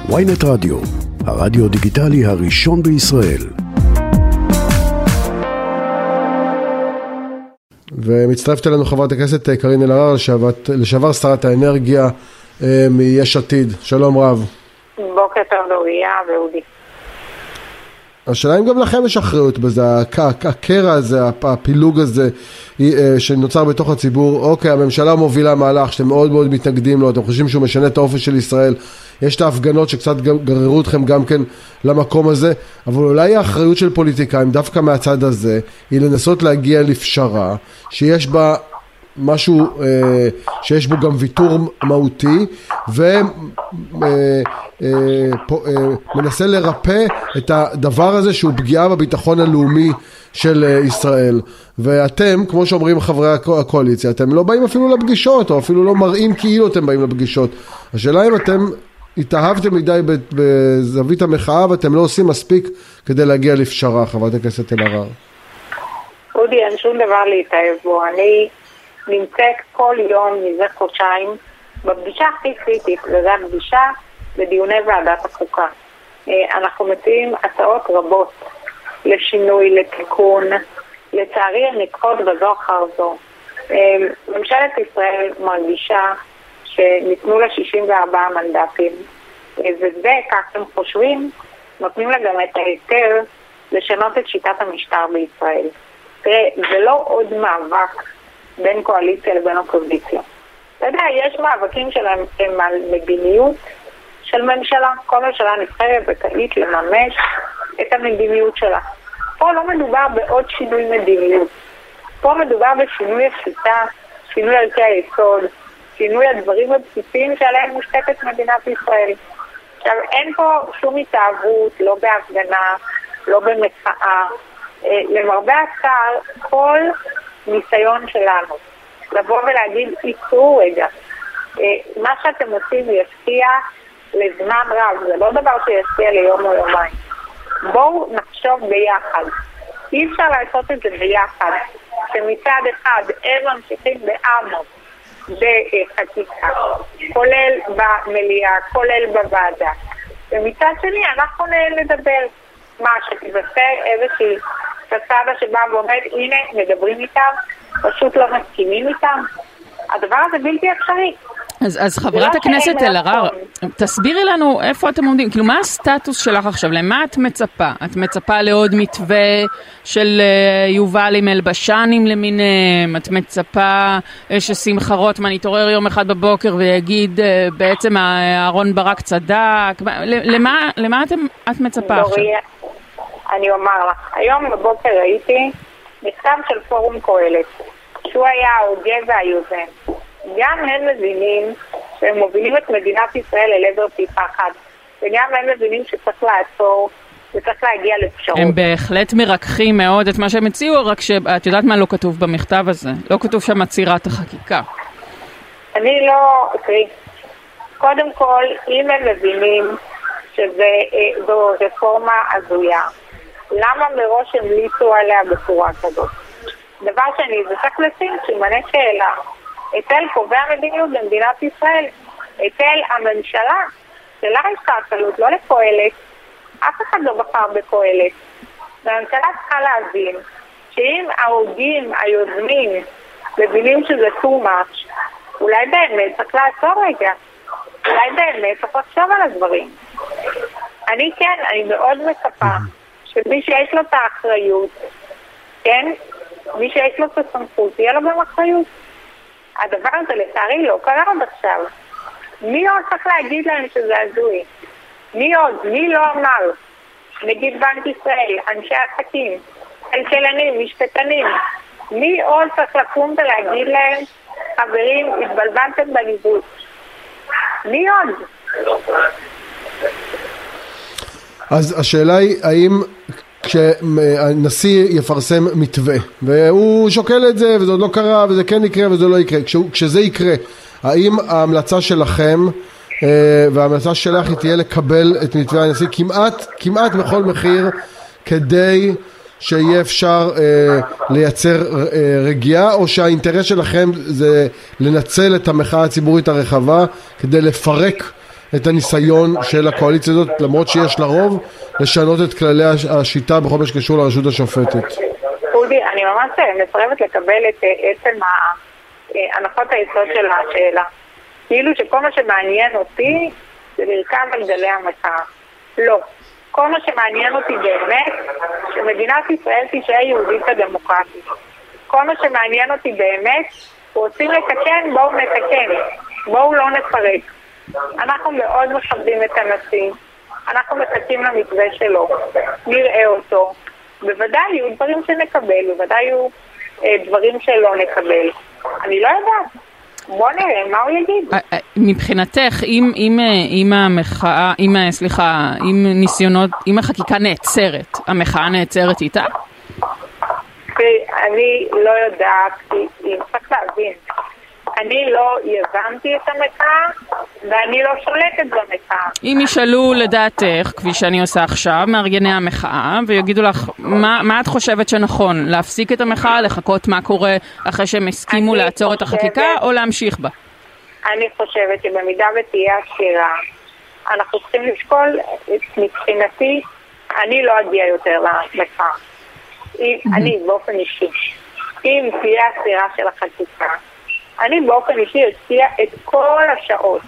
ynet רדיו, הרדיו דיגיטלי הראשון בישראל. ומצטרפת אלינו חברת הכנסת קארין אלהרר, לשעבר שרת האנרגיה מיש עתיד. שלום רב. בוקר טוב לאוריה ואודי. השאלה אם גם לכם יש אחריות בזה, הקרע הזה, הפילוג הזה שנוצר בתוך הציבור. אוקיי, הממשלה מובילה מהלך שאתם מאוד מאוד מתנגדים לו, אתם חושבים שהוא משנה את האופי של ישראל, יש את ההפגנות שקצת גררו אתכם גם כן למקום הזה, אבל אולי האחריות של פוליטיקאים דווקא מהצד הזה היא לנסות להגיע לפשרה שיש בה משהו שיש בו גם ויתור מהותי ומנסה לרפא את הדבר הזה שהוא פגיעה בביטחון הלאומי של ישראל. ואתם, כמו שאומרים חברי הקואליציה, אתם לא באים אפילו לפגישות, או אפילו לא מראים כאילו אתם באים לפגישות. השאלה אם אתם התאהבתם מדי בזווית המחאה ואתם לא עושים מספיק כדי להגיע לפשרה, חברת הכנסת אלהרר. אודי, אין שום דבר להתאהב בו. אני נמצאת כל יום מזה חודשיים בפגישה הכי קריטית, וזו הפגישה בדיוני ועדת החוקה. אנחנו מציעים הצעות רבות לשינוי, לתיקון. לצערי הן נדחות בזו אחר זו. ממשלת ישראל מרגישה שניתנו לה 64 מנדטים, וזה, כך אתם חושבים, נותנים לה גם את היתר לשנות את שיטת המשטר בישראל. תראה, זה לא עוד מאבק בין קואליציה לבין אופוזיציה. אתה יודע, יש מאבקים שלהם על מדיניות של ממשלה. כל ממשלה נבחרת ותעית לממש את המדיניות שלה. פה לא מדובר בעוד שינוי מדיניות. פה מדובר בשינוי השיטה, שינוי ערכי היסוד, שינוי הדברים הבסיסיים שעליהם מושתתת מדינת ישראל. עכשיו, אין פה שום התאהבות, לא בהפגנה, לא במחאה. למרבה הצער, כל ניסיון שלנו לבוא ולהגיד, איתו רגע, מה שאתם עושים ישפיע לזמן רב, זה לא דבר שישפיע ליום או יומיים. בואו נחשוב ביחד. אי אפשר לעשות את זה ביחד, שמצד אחד הם ממשיכים באמות בחקיקה, כולל במליאה, כולל בוועדה, ומצד שני אנחנו נדבר מה שתבשר איזושהי פצדה שבא ואומר, הנה מדברים איתם, פשוט לא מסכימים איתם. הדבר הזה בלתי אפשרי. אז חברת הכנסת אלהרר, תסבירי לנו איפה אתם עומדים, כאילו מה הסטטוס שלך עכשיו, למה את מצפה? את מצפה לעוד מתווה של יובל עם אלבשנים למיניהם? את מצפה ששמחה רוטמן יתעורר יום אחד בבוקר ויגיד בעצם אהרון ברק צדק? למה את מצפה עכשיו? אני אומר לך, היום בבוקר ראיתי מכתב של פורום קהלת, שהוא היה ההוגה והיוזם. גם הם מבינים שהם מובילים את מדינת ישראל אל עבר פי פחד, וגם הם מבינים שצריך לעצור וצריך להגיע לפשרות. הם בהחלט מרככים מאוד את מה שהם הציעו, רק שאת יודעת מה לא כתוב במכתב הזה? לא כתוב שם עצירת החקיקה. אני לא... קודם כל, אם הם מבינים שזו רפורמה הזויה, למה מראש המליצו עליה בצורה כזאת? דבר שני, זה צריך לשים שמנה שאלה. היטל קובע מדיניות במדינת ישראל. היטל הממשלה, שלה יש תעשלות, לא לפועלת. אף אחד לא בחר בפועלת. והממשלה צריכה להבין שאם ההוגים, היוזמים, מבינים שזה too much, אולי באמת צריך לעצור רגע. אולי באמת צריך לחשוב על הדברים. אני מאוד מצפה שמי שיש לו את האחריות, כן? מי שיש לו את הסמכות, יהיה לו גם אחריות. הדבר הזה לצערי לא קרה עד עכשיו. מי עוד צריך להגיד להם שזה הזוי? מי עוד? מי לא אמר? נגיד בנק ישראל, אנשי עסקים, כלכלנים, משפטנים. מי עוד צריך לקום ולהגיד להם, חברים, התבלבלתם בניווט? מי עוד? אז השאלה היא, האם כשהנשיא יפרסם מתווה, והוא שוקל את זה, וזה עוד לא קרה, וזה כן יקרה, וזה לא יקרה, כשזה יקרה, האם ההמלצה שלכם, וההמלצה שלך היא תהיה לקבל את מתווה הנשיא כמעט בכל מחיר, כדי שיהיה אפשר לייצר רגיעה, או שהאינטרס שלכם זה לנצל את המחאה הציבורית הרחבה, כדי לפרק את הניסיון של הקואליציה הזאת, למרות שיש לה רוב, לשנות את כללי השיטה בכל מה שקשור לרשות השופטת? אודי, אני ממש מסרבת לקבל את עצם הנחות היסוד של השאלה. כאילו שכל מה שמעניין אותי זה לרכב על גלי המחאה. לא. כל מה שמעניין אותי באמת, שמדינת ישראל תישאר יהודית ודמוקרטית. כל מה שמעניין אותי באמת, רוצים לתקן, בואו נתקן. בואו לא נפרק. אנחנו מאוד מכבדים את הנשיא. אנחנו מחכים למתווה שלו. נראה אותו. בוודאי יהיו דברים שנקבל, בוודאי יהיו דברים שלא נקבל. אני לא יודעת. בוא נראה, מה הוא יגיד? מבחינתך, אם החקיקה נעצרת, המחאה נעצרת איתה? אני לא יודעת, כי צריך להבין. אני לא יזמתי את המחאה, ואני לא שולטת במחאה. אם ישאלו לדעתך, כפי שאני עושה עכשיו, מארגני המחאה, ויגידו לך, מה את חושבת שנכון? להפסיק את המחאה, לחכות מה קורה אחרי שהם הסכימו לעצור את החקיקה, או להמשיך בה? אני חושבת שבמידה ותהיה עצירה, אנחנו צריכים לשקול, מבחינתי, אני לא אגיע יותר למחאה. אני באופן אישי. אם תהיה עצירה של החקיקה, אני באופן אישי אשקיע את כל השעות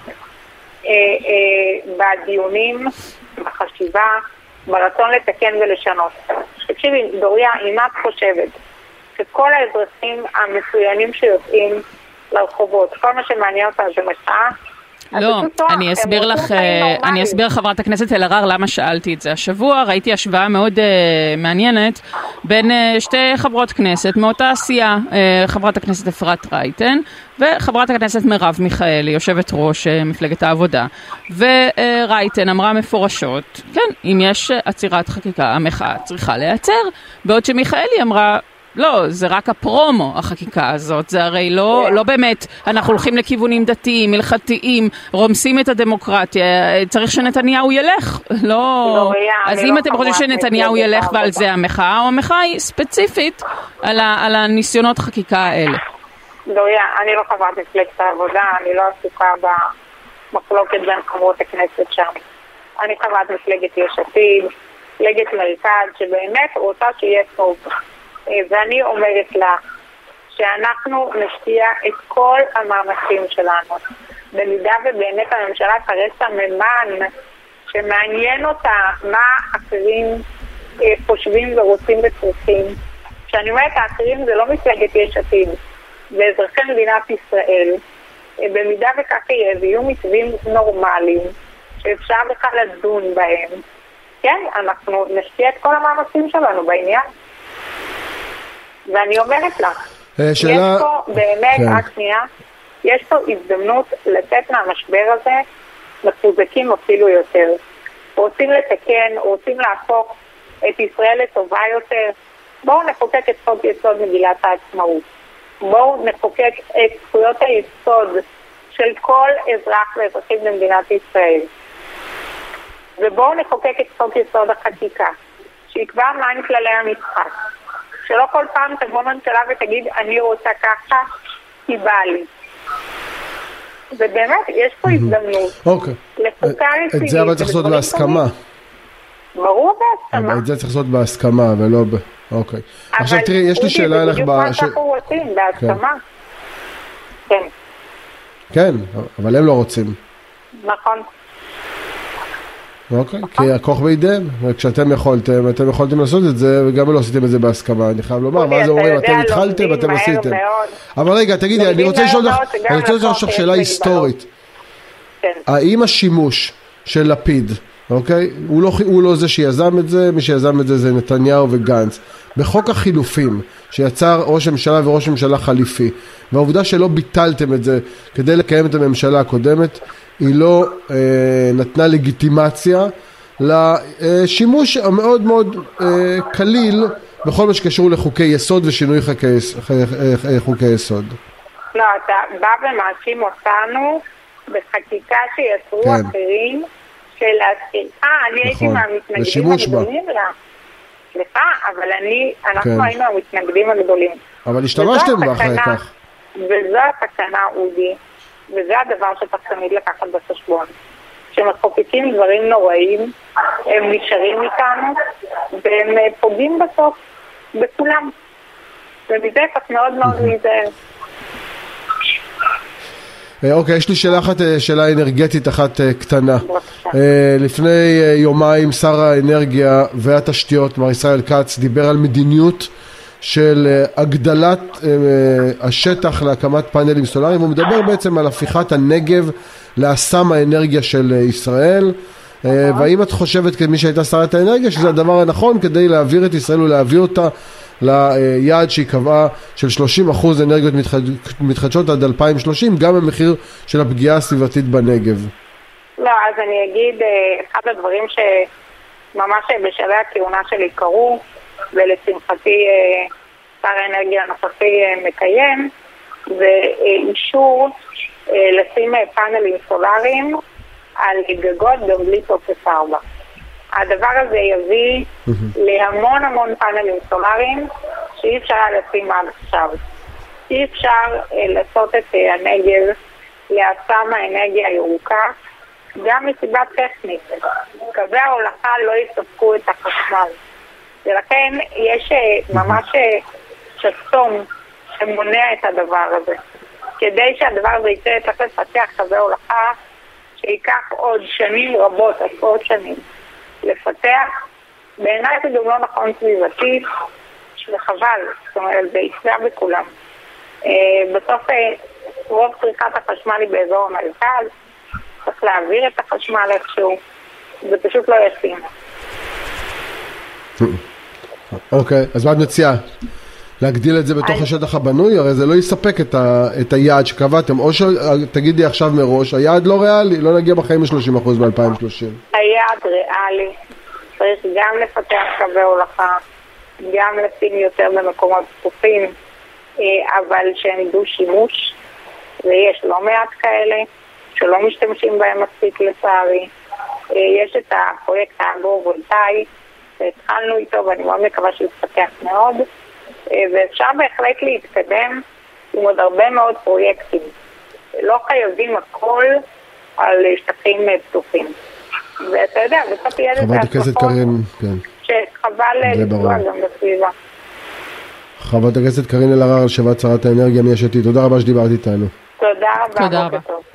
בדיונים, בחשיבה, ברצון לתקן ולשנות. תקשיבי, דוריה, אם את חושבת שכל האזרחים המצוינים שיוצאים לרחובות, כל מה שמעניין אותה זה מחאה, לא, אני אסביר חברת הכנסת אלהרר למה שאלתי את זה. השבוע ראיתי השוואה מאוד מעניינת בין שתי חברות כנסת מאותה עשייה, חברת הכנסת אפרת רייטן וחברת הכנסת מרב מיכאלי, יושבת ראש מפלגת העבודה. ורייטן אמרה מפורשות, כן, אם יש עצירת חקיקה, המחאה צריכה להיעצר, בעוד שמיכאלי אמרה, לא, זה רק הפרומו, החקיקה הזאת. זה הרי לא באמת, אנחנו הולכים לכיוונים דתיים, הלכתיים, רומסים את הדמוקרטיה, צריך שנתניהו ילך. לא. אז אם אתם חושבים שנתניהו ילך ועל זה המחאה, או המחאה היא ספציפית על הניסיונות חקיקה האלה. דוריה, אני לא חברת מפלגת העבודה, אני לא עסוקה במחלוקת בין חברות הכנסת שם. אני חברת מפלגת יש עתיד, מפלגת מרכז, שבאמת רוצה שיהיה טוב. ואני אומרת לך שאנחנו נשקיע את כל המאמצים שלנו. במידה ובאמת הממשלה תראה סממן שמעניין אותה מה אחרים חושבים ורוצים וצריכים. כשאני אומרת האחרים זה לא מפלגת יש עתיד, זה אזרחי מדינת ישראל. במידה וכך יהיה ויהיו מתווים נורמליים שאפשר בכלל לדון בהם, כן, אנחנו נשקיע את כל המאמצים שלנו בעניין. ואני אומרת לך, יש פה באמת, רק שנייה, יש פה הזדמנות לצאת מהמשבר הזה מחוזקים אפילו יותר. רוצים לתקן, רוצים להפוך את ישראל לטובה יותר. בואו נחוקק את חוק יסוד מגילת העצמאות. בואו נחוקק את זכויות היסוד של כל אזרח ואזרחית במדינת ישראל. ובואו נחוקק את חוק יסוד החקיקה, שיקבע מהם כללי המשחק. שלא כל פעם תבוא ממשלה ותגיד אני רוצה ככה, כי בא לי. ובאמת, יש פה הזדמנות. אוקיי. את זה אבל צריך לעשות בהסכמה. ברור בהסכמה. את זה צריך לעשות בהסכמה ולא אוקיי. עכשיו תראי, יש לי שאלה אליך בדיוק מה שאנחנו רוצים, בהסכמה. כן. כן, אבל הם לא רוצים. נכון. אוקיי, כי הכוח בידיהם, וכשאתם יכולתם לעשות את זה, וגם לא עשיתם את זה בהסכמה, אני חייב לומר, ואז אומרים, אתם התחלתם, אתם עשיתם. אבל רגע, תגידי, אני רוצה לשאול לך שאלה היסטורית. האם השימוש של לפיד, אוקיי, הוא לא זה שיזם את זה, מי שיזם את זה זה נתניהו וגנץ, בחוק החילופים, שיצר ראש הממשלה וראש הממשלה חליפי, והעובדה שלא ביטלתם את זה כדי לקיים את הממשלה הקודמת, היא לא נתנה לגיטימציה לשימוש המאוד מאוד קליל בכל מה שקשור לחוקי יסוד ושינוי חוקי יסוד. לא, אתה בא ומאשים אותנו בחקיקה שיצרו אחרים של הסכיחה, אני הייתי מהמתנגדים הגדולים לה. סליחה, אבל אנחנו היינו המתנגדים הגדולים. אבל השתמשתם בה אחרי כך. וזו הסכנה, אודי. וזה הדבר שצריך תמיד לקחת בחשבון. שמחוקקים דברים נוראים, הם נשארים איתנו, והם פוגעים בסוף בכולם. ומזה כך מאוד מאוד להיזהר. אוקיי, יש לי שאלה אנרגטית אחת קטנה. לפני יומיים שר האנרגיה והתשתיות, מר ישראל כץ, דיבר על מדיניות של הגדלת השטח להקמת פאנלים סולריים, הוא מדבר בעצם על הפיכת הנגב לאסם האנרגיה של ישראל, והאם את חושבת כמי שהייתה שרת האנרגיה שזה הדבר הנכון כדי להעביר את ישראל ולהביא אותה ליעד שהיא קבעה של 30% אנרגיות מתחדשות עד 2030, גם במחיר של הפגיעה הסביבתית בנגב? לא, אז אני אגיד, אחד הדברים שממש בשלבי הכהונה שלי קרו, ולשמחתי שר האנרגיה הנוכחי מקיים, זה אישור לשים פאנלים סולריים על גגות גם בלי טופס 4. הדבר הזה יביא להמון המון פאנלים סולריים שאי אפשר לשים עד עכשיו. אי אפשר לעשות את הנגב לאסם האנרגיה הירוקה, גם מסיבה טכנית. קווי ההולכה לא יספקו את החשמל. ולכן יש ממש שסתום שמונע את הדבר הזה. כדי שהדבר הזה יצא צריך לפתח קווי הולכה שייקח עוד שנים רבות, עשרות שנים, לפתח. בעיניי זה גם לא נכון סביבתית, וחבל, זאת אומרת, זה יפגע בכולם. בסוף רוב צריכת החשמל היא באזור המרכז, צריך להעביר את החשמל איכשהו, זה פשוט לא ישים. אוקיי, אז מה את מציעה? להגדיל את זה בתוך השטח הבנוי? הרי זה לא יספק את היעד שקבעתם, או שתגידי עכשיו מראש, היעד לא ריאלי, לא נגיע בחיים ל-30% ב-2030. היעד ריאלי, צריך גם לפתח קווי הולכה, גם לשים יותר במקומות פתוחים, אבל שהם ידעו שימוש, ויש לא מעט כאלה שלא משתמשים בהם מספיק לצערי. יש את הפרויקט האגרו-וולטאי, התחלנו איתו ואני מאוד מקווה שיתפתח מאוד, ואפשר בהחלט להתקדם עם עוד הרבה מאוד פרויקטים. לא חייבים הכל על שטחים פתוחים. ואתה יודע, בסוף יהיה לזה הצלחות שחבל לפגוע גם בסביבה. חברת הכנסת קארין אלהרר, יושבת שרת האנרגיה מיש עתיד, תודה רבה שדיברת איתנו. תודה רבה.